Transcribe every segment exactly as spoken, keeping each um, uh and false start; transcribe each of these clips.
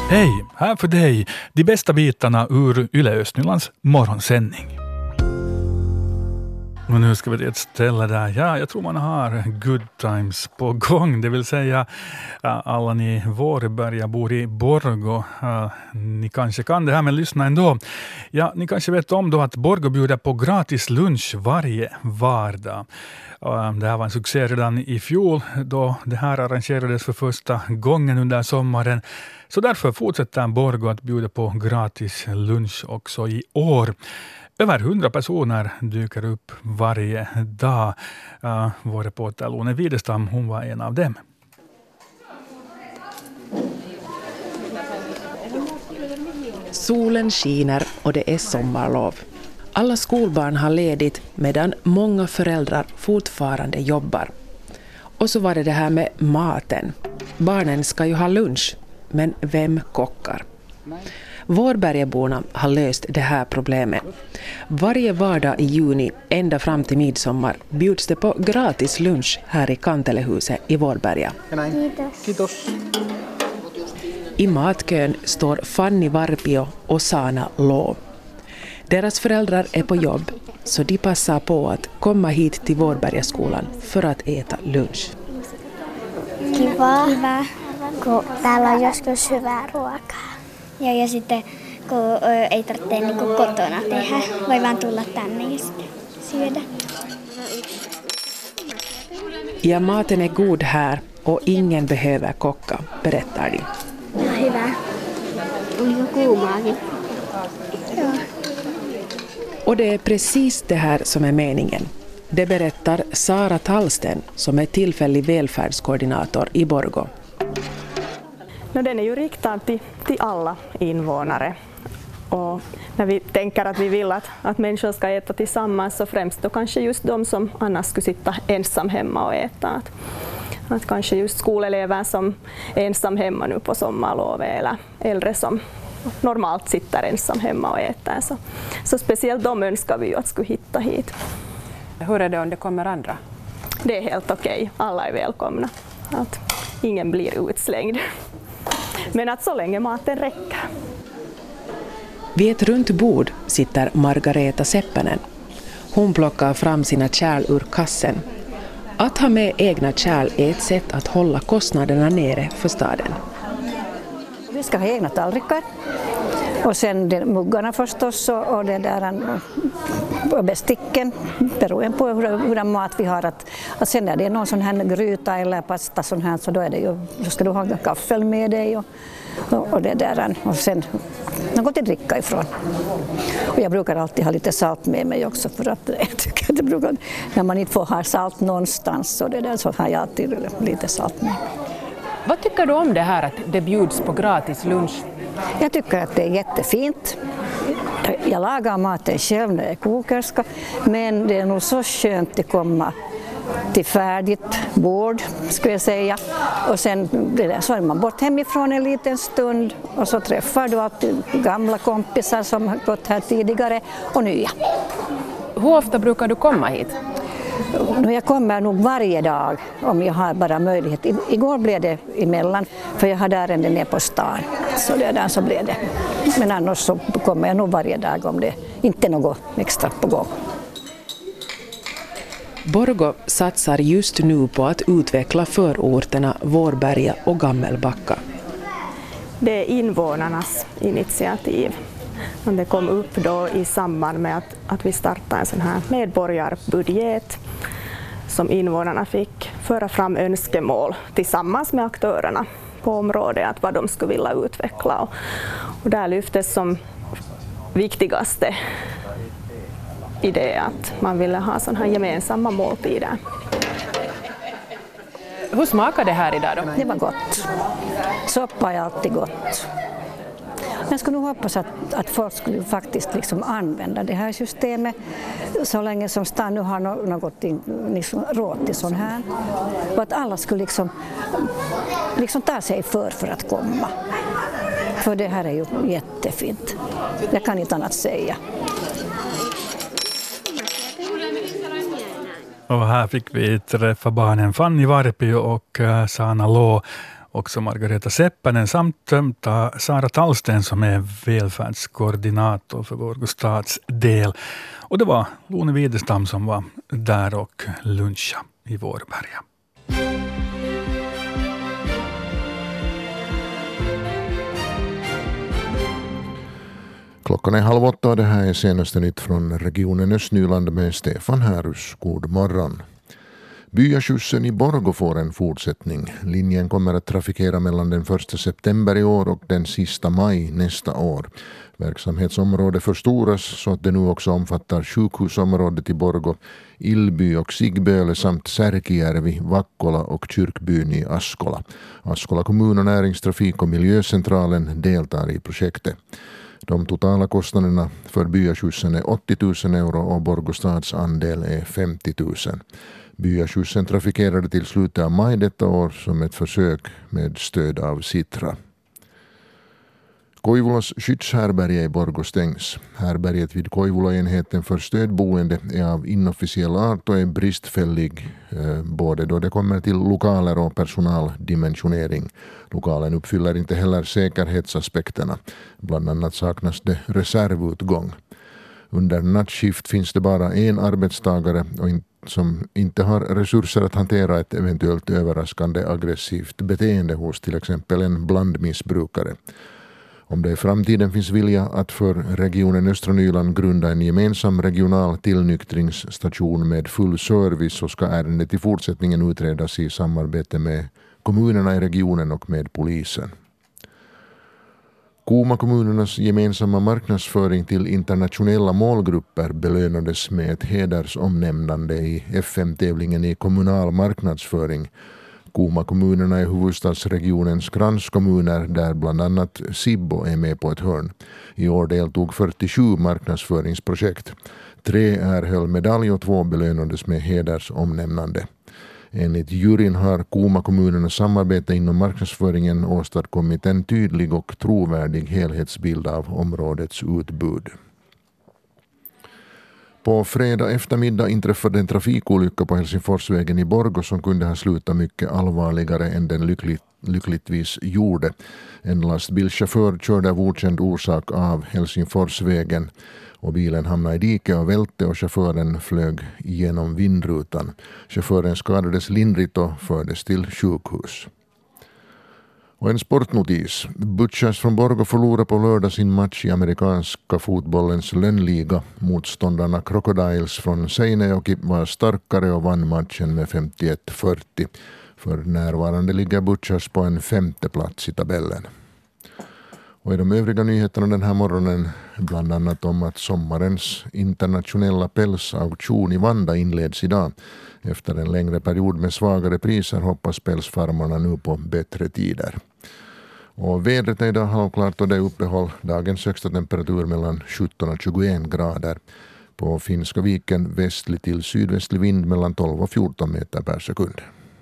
Hej, här för dig de bästa bitarna ur Yle Östnylands morgonsändning. Och nu ska vi till ett ställe där, ja, jag tror man har good times på gång. Det vill säga, alla ni Vårberga bor i Borgå. Ni kanske kan det här, men lyssna ändå. Ja, ni kanske vet om då att Borgå bjuder på gratis lunch varje vardag. Det här var en succé redan i fjol då det här arrangerades för första gången under sommaren. Så därför fortsätter Borgå att bjuda på gratis lunch också i år. Över hundra personer dyker upp varje dag. Uh, vår reporter Lone Widestam, hon var en av dem. Solen skiner och det är sommarlov. Alla skolbarn har ledigt medan många föräldrar fortfarande jobbar. Och så var det det här med maten. Barnen ska ju ha lunch, men vem kockar? Vårbergaborna har löst det här problemet. Varje vardag i juni, ända fram till midsommar, bjuds det på gratis lunch här i Kantelehuset i Vårberga. Kiitos. I matkön står Fanny Varpio och Sana Lå. Deras föräldrar är på jobb, så de passar på att komma hit till Vårbergaskolan för att äta lunch. Kiva, Kiva. Kun täällä on joskus hyvää ruokaa. Ja, ja sitten kun ei tarvitse niin kuin kotona tehdä, voi vaan tulla tänne ja sitten syödä. Ja maten är god här och ingen behöver kocka, berättar de. Ja, hyvä. Oliko kuumaakin? Joo. Och det är precis det här som är meningen. Det berättar Sara Tallsten som är tillfällig välfärdskoordinator i Borgå. No, den är ju riktad till, till alla invånare. Och när vi tänker att vi vill att, att människor ska äta tillsammans, så främst då kanske just de som annars skulle sitta ensam hemma och äta. Att, att kanske just skolelever som är ensam hemma nu på sommarlovet, eller äldre som normalt sitter ensam hemma och äter. Så, så speciellt de önskar vi ju att skulle hitta hit. Hur är det om det kommer andra? Det är helt okej. Alla är välkomna. Att ingen blir utslängd. Men att så länge maten räcker. Vid ett runt bord sitter Margareta Seppänen. Hon plockar fram sina kärl ur kassen. Att ha med egna kärl är ett sätt att hålla kostnaderna nere för staden. Vi ska ha egna tallrikar. Och sen de muggarna förstås och det där och besticken, beroende på hur, hur mat vi har. Att, att sen är det någon sån här gryta eller pasta sån här, så då är det ju, då ska du ha kaffel med dig och, och, och det där. Och sen något att dricka ifrån. Och jag brukar alltid ha lite salt med mig också, för att jag tycker att det brukar, när man inte får ha salt någonstans, så det där, så har jag alltid lite salt med. Vad tycker du om det här att det bjuds på gratis lunch? Jag tycker att det är jättefint. Jag lagar maten själv när jag är kokerska, men det är nog så skönt att komma till färdigt bord, skulle jag säga. Och sen det där, så är man bort hemifrån en liten stund och så träffar du alltid gamla kompisar som har gått här tidigare och nya. Hur ofta brukar du komma hit? Jag kommer nog varje dag om jag har bara möjlighet. Igår blev det emellan, för jag hade ärenden ner på stan. Så det där så blev det. Men annars så kommer jag nog varje dag om det inte är något extra på gång. Borgå satsar just nu på att utveckla förorterna Vårberga och Gammelbacka. Det är invånarnas initiativ. Det kom upp då i samband med att, att vi startade en sån här medborgarbudget som invånarna fick föra fram önskemål tillsammans med aktörerna på området, att vad de skulle vilja utveckla. Och, och där lyftes som viktigaste idé att man ville ha sån här gemensamma måltider. Hur smakar det här idag då? Det var gott. Soppa är alltid gott. Jag skulle nog hoppas att, att folk skulle faktiskt liksom använda det här systemet så länge som stan nu har något liksom råd till sån här. Och att alla skulle liksom, liksom ta sig för för att komma. För det här är ju jättefint. Jag kan inte annat säga. Och här fick vi träffa barnen Fanny Varpio och Sana Lå. också Margareta Seppänen samt ta Sara Tallsten som är välfärdskoordinator för Borgå stads del. Och det var Lone Widestam som var där och luncha i Vårberga. Klockan är halv åtta och det här är senaste nytt från regionen Östnyland med Stefan Härus. God morgon. Byaskjutsen i Borgå får en fortsättning. Linjen kommer att trafikera mellan den första september i år och den sista maj nästa år. Verksamhetsområdet förstoras så att det nu också omfattar sjukhusområdet i Borgå, Ilby och Sigböle samt Särkijärvi, Vakkola och Kyrkbyn i Askola. Askola kommun och näringstrafik och miljöcentralen deltar i projektet. De totala kostnaderna för byaskjutsen är åttio tusen euro och Borgå stads andel är femtio tusen. Byaskjutsen trafikerade till slutet av maj detta år som ett försök med stöd av Sitra. Koivulas skyddshärberge i Borgå stängs. Härberget vid Koivula-enheten för stödboende är av inofficiell art och är bristfällig eh, både då det kommer till lokaler och personaldimensionering. Lokalen uppfyller inte heller säkerhetsaspekterna. Bland annat saknas det reservutgång. Under nattskift finns det bara en arbetstagare och in, som inte har resurser att hantera ett eventuellt överraskande aggressivt beteende hos till exempel en blandmissbrukare. Om det i framtiden finns vilja att för regionen Östra Nyland grunda en gemensam regional tillnyktringsstation med full service så ska ärendet i fortsättningen utredas i samarbete med kommunerna i regionen och med polisen. Kuma-kommunernas gemensamma marknadsföring till internationella målgrupper belönades med ett hedersomnämnande i F M-tävlingen i kommunal marknadsföring. Kuma-kommunerna är huvudstadsregionens kranskommuner där bland annat Sibbo är med på ett hörn. I år deltog fyrtiosju marknadsföringsprojekt. Tre erhöll medalj och två belönades med hedersomnämnande. Enligt juryn har Kuma-kommunernas samarbete inom marknadsföringen åstadkommit en tydlig och trovärdig helhetsbild av områdets utbud. På fredag eftermiddag inträffade en trafikolycka på Helsingforsvägen i Borgå som kunde ha slutat mycket allvarligare än den lyckligt, lyckligtvis gjorde. En lastbilschaufför körde av okänd orsak av Helsingforsvägen och bilen hamnade i diket och välte och chauffören flög genom vindrutan. Chauffören skadades lindrigt och fördes till sjukhus. Och en sportnotis. Butchers från Borgå förlorade på lördag sin match i amerikanska fotbollens lönnliga. Motståndarna Crocodiles från Seinäjoki var starkare och vann matchen med femtioett fyrtio. För närvarande ligger Butchers på en femte plats i tabellen. Och i de övriga nyheterna den här morgonen bland annat om att sommarens internationella pälsauktion i Vanda inleds idag. Efter en längre period med svagare priser hoppas pälsfarmarna nu på bättre tider. Och vädret är idag halvklart och det är uppehåll. Dagens högsta temperatur mellan sjutton och tjugoen grader. På Finska viken västlig till sydvästlig vind mellan tolv och fjorton meter per sekund.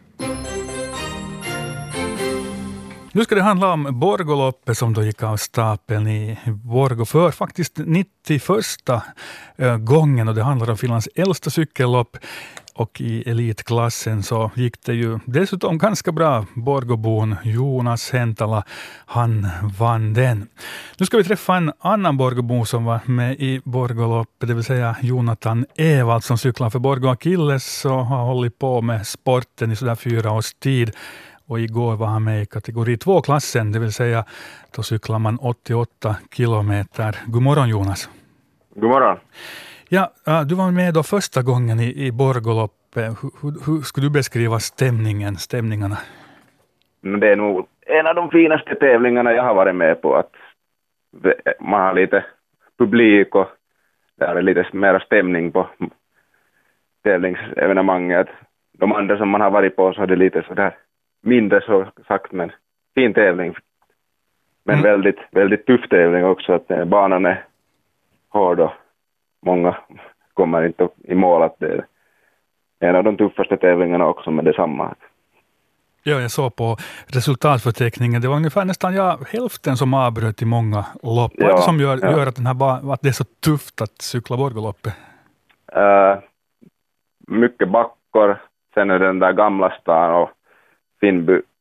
Nu ska det handla om Borgoloppet som då gick av stapeln i Borgå för faktiskt nittioförsta gången, och det handlar om Finlands äldsta cykellopp. Och i elitklassen så gick det ju dessutom ganska bra. Borgåbon Jonas Hentala, han vann den. Nu ska vi träffa en annan Borgåbo som var med i Borgoloppet, det vill säga Jonathan Evald som cyklar för Borgå Achilles och har hållit på med sporten i sådär fyra års tid. Och igår var han med i kategori två-klassen, det vill säga då cyklar man åttioåtta kilometer. God morgon Jonas. God morgon. Ja, du var med då första gången i, i Borgoloppet. Hur, hur, hur skulle du beskriva stämningen, stämningarna? Det är nog en av de finaste tävlingarna jag har varit med på. Att man har lite publik och det är lite mer stämning på tävlingsevenemanget. De andra som man har varit på så är det lite sådär mindre så sagt, men fin tävling. Men mm. väldigt, väldigt tuff tävling också. Att banan är hård och många kommer inte i mål. Att det är en av de tuffaste tävlingarna också med detsamma. Ja, jag såg på resultatförteckningen. Det var ungefär nästan ja, hälften som avbröt i många lopp. Vad är det som gör, ja. gör att, den här ba- att det är så tufft att cykla Borgoloppet? Uh, mycket backor. Sen är den där gamla stan och Finnby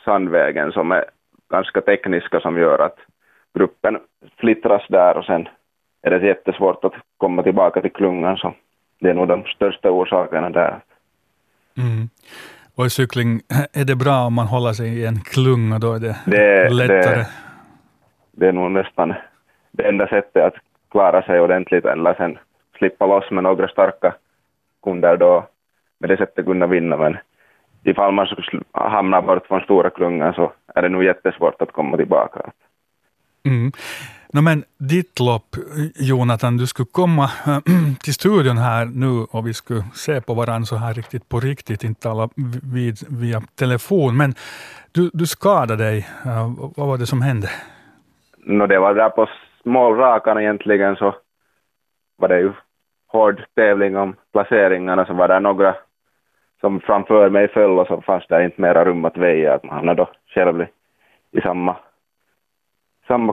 sandvägen som är ganska tekniska som gör att gruppen splittras där och sen är det jättesvårt att komma tillbaka till klungan, så det är nog de största orsakerna där. Mm. Och i cykling är det bra om man håller sig i en klunga, då är det, det lättare. Det, det är nog nästan det enda sättet att klara sig ordentligt, eller sen slippa loss med några starka kunder då med det sättet kunna vinna. Men ifall man skulle hamna bort från stora klungan så är det nog jättesvårt att komma tillbaka. Mm. No, men ditt lopp, Jonathan, du skulle komma äh, till studion här nu och vi skulle se på varandra så här riktigt på riktigt, inte alla vid, via telefon. Men du, du skadade dig. Äh, vad var det som hände? No, det var där på målrakan egentligen, så var det ju hård tävling om placeringarna, så var det några som framför mig föll och så fanns det inte mera rum att väja, att man hamnade då själv i, i samma samma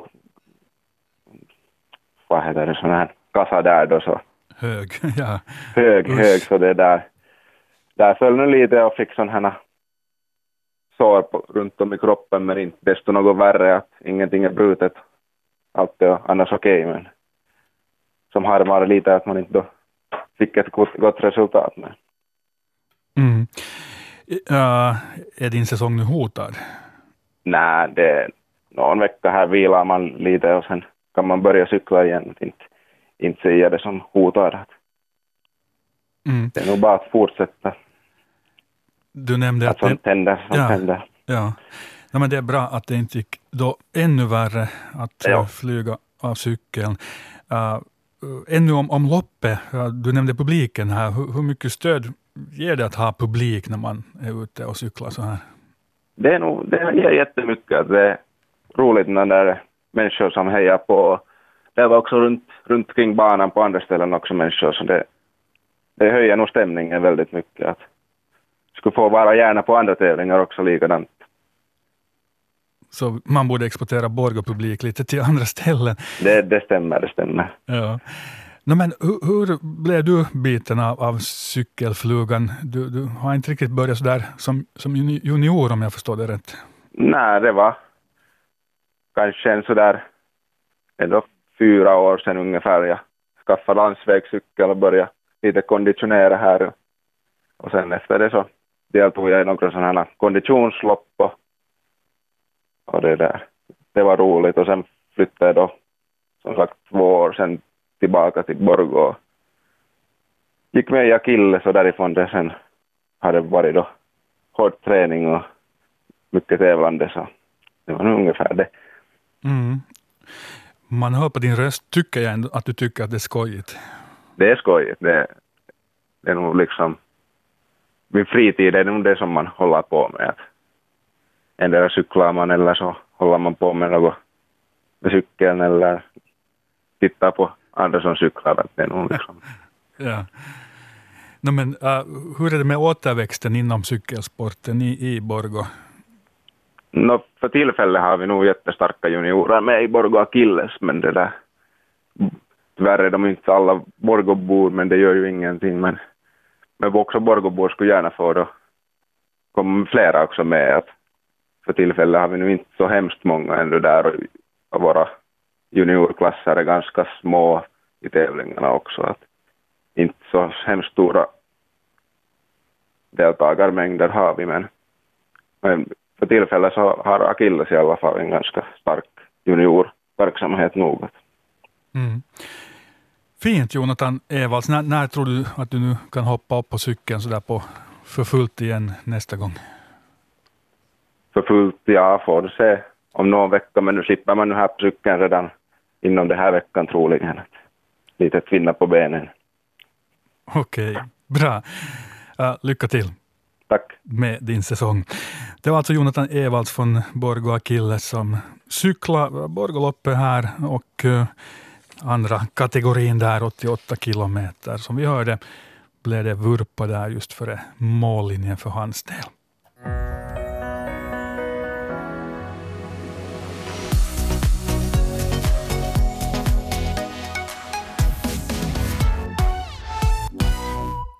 vad heter det, sån här kassa där då, så hög, ja. Hög, Usch. hög, så det där där föll nu lite och fick sån här sår på, runt om i kroppen, men inte desto något värre, att ingenting är brutet. Allt är annars okej, men som harmar lite att man inte då fick ett gott, gott resultat med. Mm. Uh, är din säsong nu hotad? Nej, det är någon vecka här vilar man lite och sen kan man börja cykla igen. Inte, inte säga det som hotar. Mm. Det är nog bara att fortsätta. Du nämnde att, att sånt händer, sånt ja, händer. Ja. Ja, men det är bra att det inte gick då ännu värre att ja. flyga av cykeln. Uh, ännu om, om loppet, uh, du nämnde publiken här. Hur, hur mycket stöd ger det att ha publik när man är ute och cyklar så här? Det är nog, det ger jättemycket. Det är roligt när det är människor som hejar på. Det var också runt, runt kring banan på andra ställen också människor, så det, det höjer nog stämningen väldigt mycket. Att skulle få vara gärna på andra tävlingar också likadant. Så man borde exportera Borgå-publik lite till andra ställen. Det, det stämmer, det stämmer. Ja. No, men hur, hur blev du biten av, av cykelflugan? Du, du har inte riktigt börjat så där som, som junior, om jag förstår det rätt. Nej, det var kanske en sådär ändå fyra år sedan ungefär. Jag skaffade landsvägscykel och började lite konditionera här. Och sen efter det så deltog jag i några sådana här konditionslopp och, och det där. Det var roligt, och sen flyttade jag då som sagt två år sedan tillbaka till Borgå. Gick med i Akilles och därifrån det sen hade det varit då hård träning och mycket tävlande, så det var nog ungefär det. Mm. Man hör på din röst, tycker jag ändå att du tycker att det är skojigt. Det är skojigt. Det, det är nog liksom min fritid är nog det som man håller på med. Endera cyklar man eller så håller man på med något med cykeln eller tittar på andra som cyklar. Det är nog liksom. Ja. No, men, uh, hur är det med återväxten inom cykelsporten i, i Borgå? No, för tillfället har vi nog jättestarka juniorer med i Borgå Akilles, men det där tyvärr är de inte alla Borgåbor, men det gör ju ingenting. Men, men också Borgåbor skulle gärna få då komma flera också med. Att för tillfället har vi nu inte så hemskt många ändå där, och, och våra juniorklasser är ganska små i tävlingarna också. Att inte så hemskt stora deltagarmängder har vi, men, men för tillfället så har Akilles i alla fall en ganska stark juniorverksamhet nog. Mm. Fint, Jonathan Evalds. När, när tror du att du nu kan hoppa upp på cykeln så där på för fullt igen nästa gång? För fullt, ja, får du se om någon vecka, men nu slipper man nu här på cykeln redan inom den här veckan troligen. Lite tvinna på benen. Okej, okay, bra. Uh, lycka till. Tack. Med din säsong. Det var alltså Jonathan Evalds från Borgå Akilles som cyklar Borgåloppet här, och uh, andra kategorin där, åttioåtta kilometer. Som vi hörde blev det vurpa där just före mållinjen för hans del.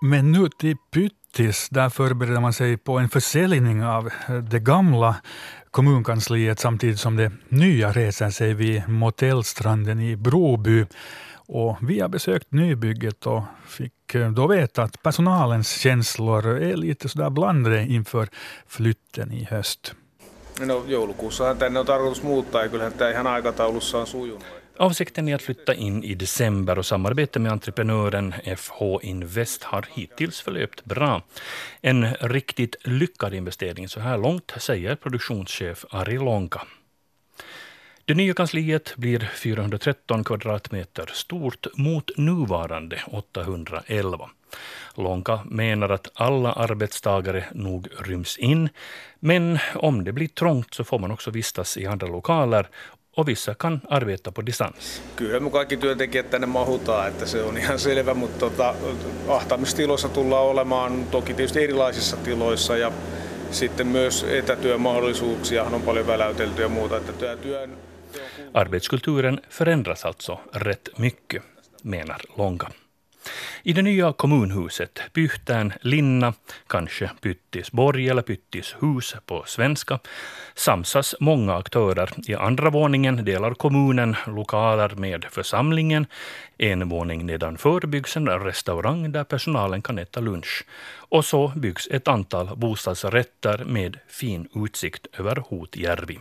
Men nu till Pyttis, där förbereder man sig på en försäljning av det gamla kommunkansliet samtidigt som det nya reser sig vid Motellstranden i Broby. Och vi har besökt nybygget och fick då veta att personalens känslor är lite sådär blandade inför flytten i höst. No, joulukuussahan tänne on tarkoitus muuttaa ja kyllähän tämä ihan aikataulussa on sujunut. Avsikten är att flytta in i december och samarbete med entreprenören F H Invest har hittills förlöpt bra. En riktigt lyckad investering så här långt, säger produktionschef Ari Lonka. Det nya kansliet blir fyrahundratretton kvadratmeter stort mot nuvarande åttahundraelva. Lonka menar att alla arbetstagare nog ryms in, men om det blir trångt så får man också vistas i andra lokaler och vissa kan arbeta på distans. Kyllä me kaikki työntekijät tänne mahutaan, että se on ihan selvä, mutta tota, ahtaamistiloissa tullaan olemaan toki tietysti erilaisissa tiloissa ja sitten myös etätyömahdollisuuksia on paljon väläytelty ja muuta. Että työn... Arbetskulturen förändras alltså rätt mycket, menar Lonka. I det nya kommunhuset Pyhtään Linna, kanske Pyttisborg eller Pyttishus på svenska, samsas många aktörer. I andra våningen delar kommunen lokaler med församlingen. En våning nedanför byggs en restaurang där personalen kan äta lunch. Och så byggs ett antal bostadsrätter med fin utsikt över Hotjärvi.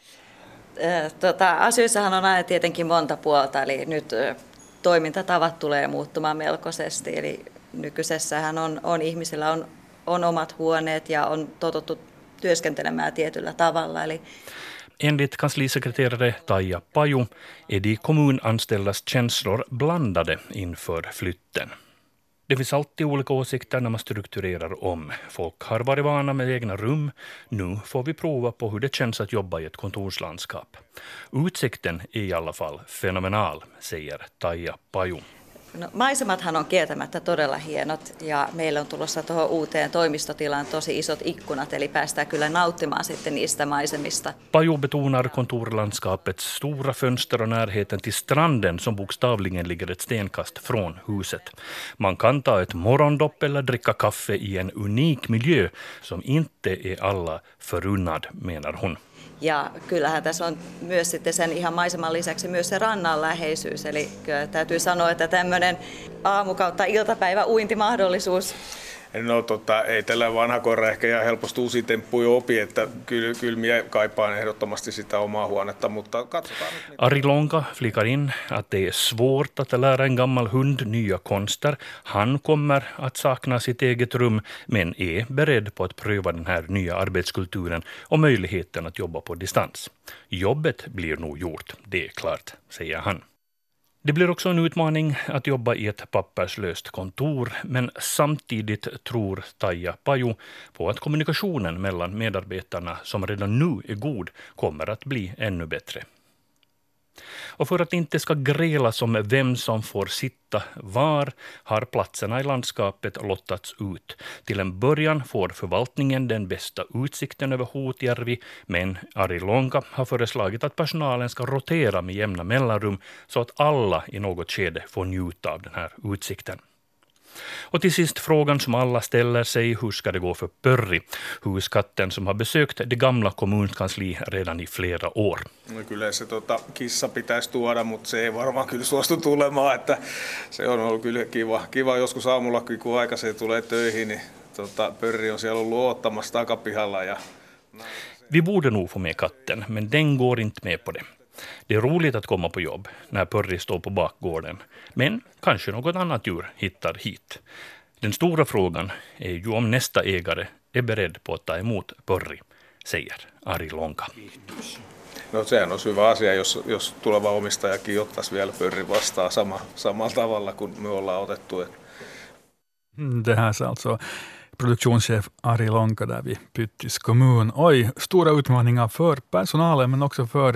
Tota, asioissahan on aina tietenkin monta puolta, eli nyt toimintatavat tulee muuttumaan melkoisesti. Eli nykyisessähän on, on ihmisillä on, on omat huoneet ja on totuttu työskentelemään tietyllä tavalla. Eli enligt kanslisekreterare Taija Paju är de kommunanställdas känslor blandade inför flytten. Det finns alltid olika åsikter när man strukturerar om. Folk har varit vana med egna rum. Nu får vi prova på hur det känns att jobba i ett kontorslandskap. Utsikten är i alla fall fenomenal, säger Taija Paju. No, maisemathan on kieltämättä todella hienot ja meillä on tulossa tuohon uuteen toimistotilaan tosi isot ikkunat, eli päästään kyllä nauttimaan sitten niistä maisemista. Paju betonar kontorlandskapets stora fönster och närheten till stranden som bokstavligen ligger ett stenkast från huset. Man kan ta ett morgondopp eller dricka kaffe i en unik miljö som inte är alla förunnad, menar hon. Ja kyllähän tässä on myös sitten sen ihan maiseman lisäksi myös se rannan läheisyys. Eli kyllä täytyy sanoa, että tämmöinen aamu kautta iltapäivä uintimahdollisuus. No tota, ei tällä vanha koira ehkä ihan helposti uusia temppuja opi, että kyllä, kyllä minä kaipaan ehdottomasti sitä omaa huonetta, mutta katsotaan nyt. Ari Lonka flikar in att det är svårt att lära en gammal hund nya konster. Han kommer att sakna sitt eget rum, men är beredd på att pröva den här nya arbetskulturen och möjligheten att jobba på distans. Jobbet blir nog gjort, det är klart, säger han. Det blir också en utmaning att jobba i ett papperslöst kontor, men samtidigt tror Taija Paju på att kommunikationen mellan medarbetarna, som redan nu är god, kommer att bli ännu bättre. Och för att det inte ska grälas om vem som får sitta var har platserna i landskapet lottats ut. Till en början får förvaltningen den bästa utsikten över Hotjärvi, men Ari Lonka har föreslagit att personalen ska rotera med jämna mellanrum så att alla i något skede får njuta av den här utsikten. Och till sist frågan som alla ställer sig, hur ska det gå för Pörri, huskatten som har besökt det gamla kommunkansli redan i flera år. No kyllä se tota, kissa pitäisi tuoda, mutta se ei varmaan kyllä suostu tulemaan, että se on ollut kyllä kiva, kiva joskus aamulla, kun aikaisin tulee töihin, niin tota, Pörri on siellä ollut odottamassa takapihalla. Ja... Vi borde nog få med katten, men den går inte med på det. Det är roligt att komma på jobb när Pörri står på bakgården, men kanske något annat djur hittar hit. Den stora frågan är ju om nästa ägare är beredd på att ta emot Pörri, säger Ari Lonka. No sehän on hyvä asia, jos, jos tuleva omistajakin ottaisi vielä Pörri vastaan sama, samalla tavalla kuin me ollaan otettu. Det här är alltså produktionschef Ari Lonka där vid Pyttis kommun. Oj, stora utmaningar för personalen men också för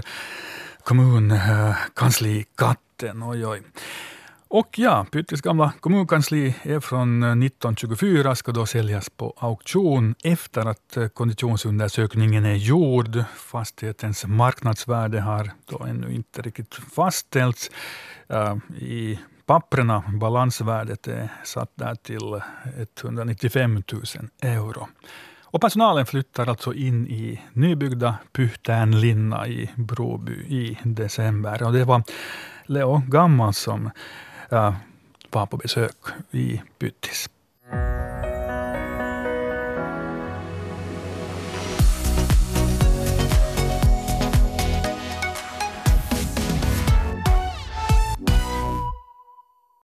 kommunkanslikatten. Oj, oj. Och ja, Pyttis gamla kommunkansli är från nitton tjugofyra, ska då säljas på auktion efter att konditionsundersökningen är gjord. Fastighetens marknadsvärde har då ännu inte riktigt fastställts. Uh, I papperna, balansvärdet är satt där till etthundranittiofem tusen euro. Och personalen flyttar alltså in i nybyggda Pyhtänlinna i Broby i december. Och det var Leo Gammal som äh, var på besök i Pyttis.